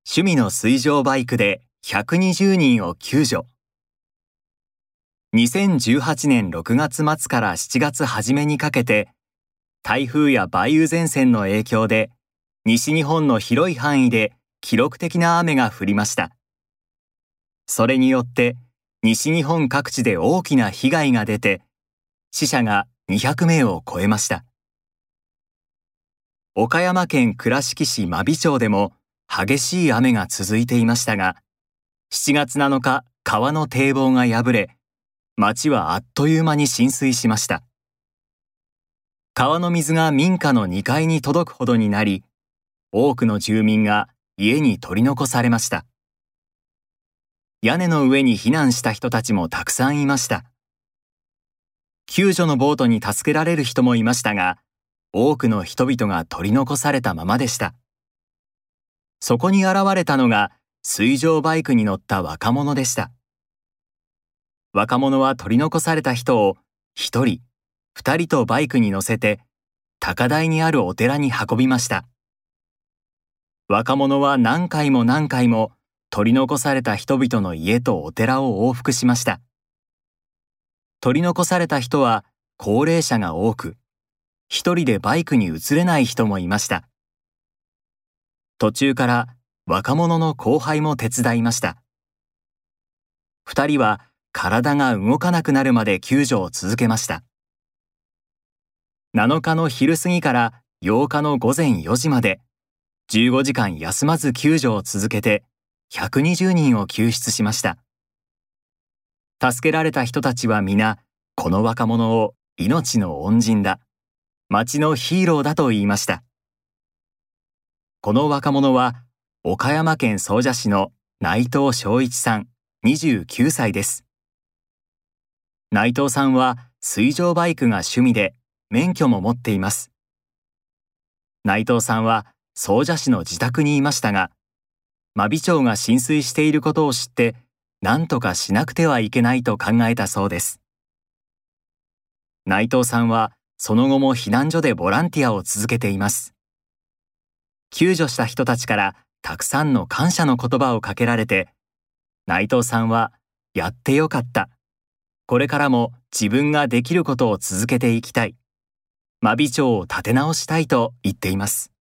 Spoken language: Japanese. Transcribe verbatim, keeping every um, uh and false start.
趣味の水上バイクでひゃくにじゅうにんを救助。にせんじゅうはちねんろくがつ末からしちがつ初めにかけて、台風や梅雨前線の影響で、西日本の広い範囲で記録的な雨が降りました。それによって、西日本各地で大きな被害が出て、死者がにひゃくめいを超えました。岡山県倉敷市真備町でも激しい雨が続いていましたが、しちがつなのか川の堤防が破れ、町はあっという間に浸水しました。川の水が民家のにかいに届くほどになり、多くの住民が家に取り残されました。屋根の上に避難した人たちもたくさんいました。救助のボートに助けられる人もいましたが、多くの人々が取り残されたままでした。そこに現れたのが水上バイクに乗った若者でした。若者は取り残された人を一人、二人とバイクに乗せて高台にあるお寺に運びました。若者は何回も何回も取り残された人々の家とお寺を往復しました。取り残された人は高齢者が多く、一人でバイクに移れない人もいました。途中から若者の後輩も手伝いました。二人は体が動かなくなるまで救助を続けました。なのかの昼過ぎからようかのごぜんよじまで、じゅうごじかん休まず救助を続けて、ひゃくにじゅうにんを救出しました。助けられた人たちは皆、この若者を命の恩人だ、町のヒーローだと言いました。この若者は、岡山県総社市の内藤昭一さん、にじゅうきゅうさいです。内藤さんは水上バイクが趣味で、免許も持っています。内藤さんは総社市の自宅にいましたが、真備町が浸水していることを知って、何とかしなくてはいけないと考えたそうです。内藤さんはその後も避難所でボランティアを続けています。救助した人たちからたくさんの感謝の言葉をかけられて、内藤さんはやってよかった。これからも自分ができることを続けていきたい。真備町を立て直したいと言っています。